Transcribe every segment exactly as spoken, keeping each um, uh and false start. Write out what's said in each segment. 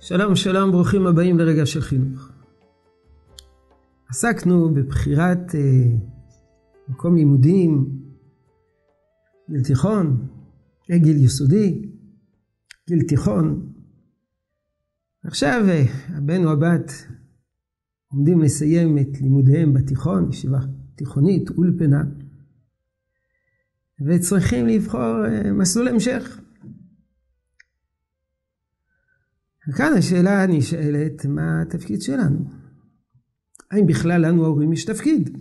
שלום שלום, ברוכים הבאים לרגע של חינוך. עסקנו בבחירת אה, מקום לימודים, גיל תיכון, גיל יסודי, גיל תיכון. עכשיו אה, הבן או הבת עומדים לסיים את לימודיהם בתיכון, ישיבה תיכונית, אולפנה, וצריכים לבחור אה, מסלול המשך. וכאן השאלה נשאלת, מה התפקיד שלנו? האם בכלל לנו ההורים יש תפקיד?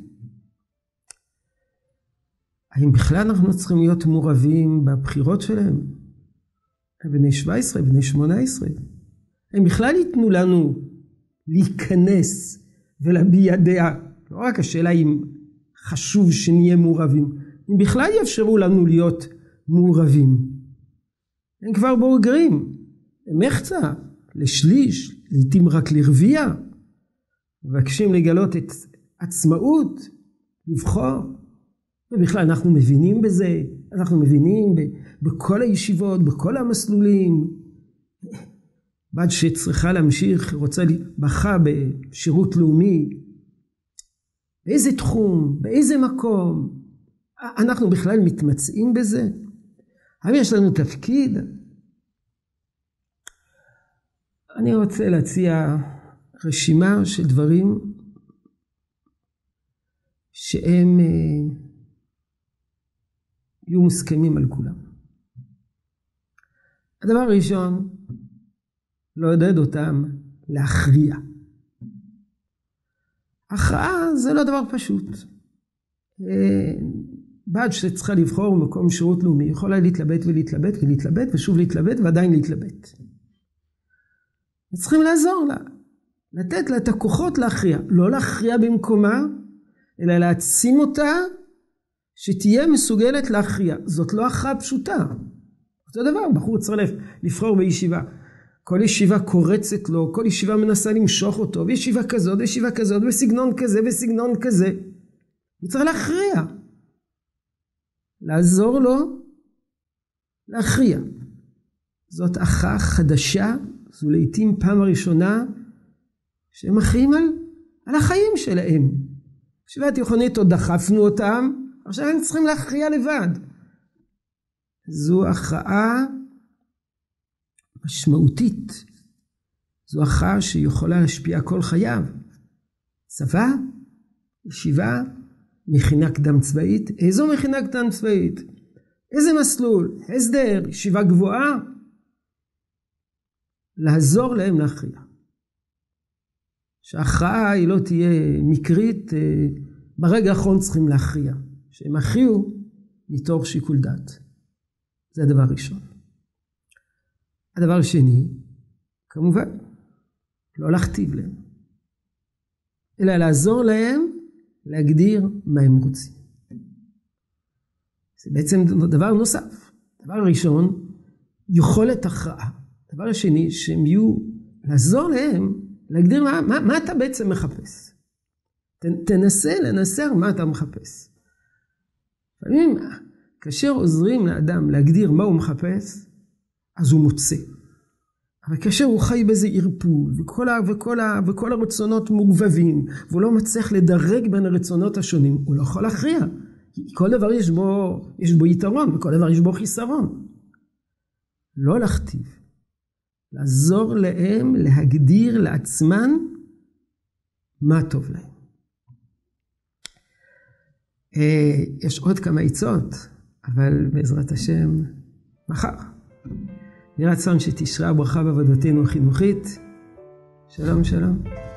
האם בכלל אנחנו צריכים להיות מעורבים בבחירות שלהם? בני שבע עשרה, בני שמונה עשרה. האם בכלל ייתנו לנו להיכנס ולהביע דעה? לא רק השאלה אם חשוב שנהיה מעורבים, אם בכלל יאפשרו לנו להיות מעורבים. הם כבר בוגרים, הם מחצה. לשליש, לעתים רק לרביע, מבקשים לגלות את עצמאות, לבחור, ובכלל אנחנו מבינים בזה, אנחנו מבינים בכל הישיבות, בכל המסלולים, בת שצריכה להמשיך, רוצה בחרה בשירות לאומי, באיזה תחום, באיזה מקום, אנחנו בכלל מתמצאים בזה, האם יש לנו תפקיד? אני רוצה להציע רשימה של דברים שהם יהיו מוסכמים על כולם. הדבר הראשון, לעודד אותם להכריע. הכרעה זה לא דבר פשוט. בת שצריכה לבחור מקום שירות לאומי, יכולה להתלבט ולהתלבט ולהתלבט ושוב להתלבט ועדיין להתלבט. צריכים לעזור לה, לתת לה את הכוחות להכריע, לא להכריע במקומה, אלא להעצים אותה שתהיה מסוגלת להכריע. זאת לא הכרעה פשוטה. אותו דבר, בחור צריך לבחור בישיבה. כל ישיבה קורצת לו, כל ישיבה מנסה למשוך אותו, וישיבה כזאת, וישיבה כזאת, בסגנון כזה, בסגנון כזה. הוא צריך להכריע. לעזור לו להכריע. זאת הכרעה חדשה, זו לעתים פעם הראשונה שהם מכריעים על, על החיים שלהם. ישיבה תיכונית עוד דחפנו אותם, עכשיו הם צריכים להכריע לבד. זו הכרעה משמעותית. זו הכרעה שיכולה להשפיע כל חייו. צבא, ישיבה, מכינה קדם צבאית. איזו מכינה קדם צבאית? איזה מסלול? הסדר, ישיבה גבוהה? לעזור להם להכריע. שההכרעה היא לא תהיה מקרית, ברגע האחרון צריכים להכריע. שהם הכריעו מתוך שיקול דעת. זה הדבר הראשון. הדבר השני, כמובן, לא להכתיב להם. אלא לעזור להם להגדיר מה הם רוצים. זה בעצם דבר נוסף. דבר ראשון, יכולת הכרעה. הדבר השני, שהם יהיו לעזור להם, להגדיר מה, מה, מה אתה בעצם מחפש. ת, תנסה לנסר מה אתה מחפש. לפעמים, כאשר עוזרים לאדם להגדיר מה הוא מחפש, אז הוא מוצא. אבל כאשר הוא חי באיזה ערפול, וכל, ה, וכל, ה, וכל הרצונות מוגבבים, והוא לא מצליח לדרג בין הרצונות השונים, הוא לא יכול להכריע. כי כל דבר יש בו, יש בו יתרון, וכל דבר יש בו חיסרון. לא להכתיב. לעזור להם להגדיר לעצמן מה טוב להם. יש עוד כמה עצות, אבל בעזרת השם, מחר. יהי רצון שתשרה ברכה בעבודתנו החינוכית. שלום שלום.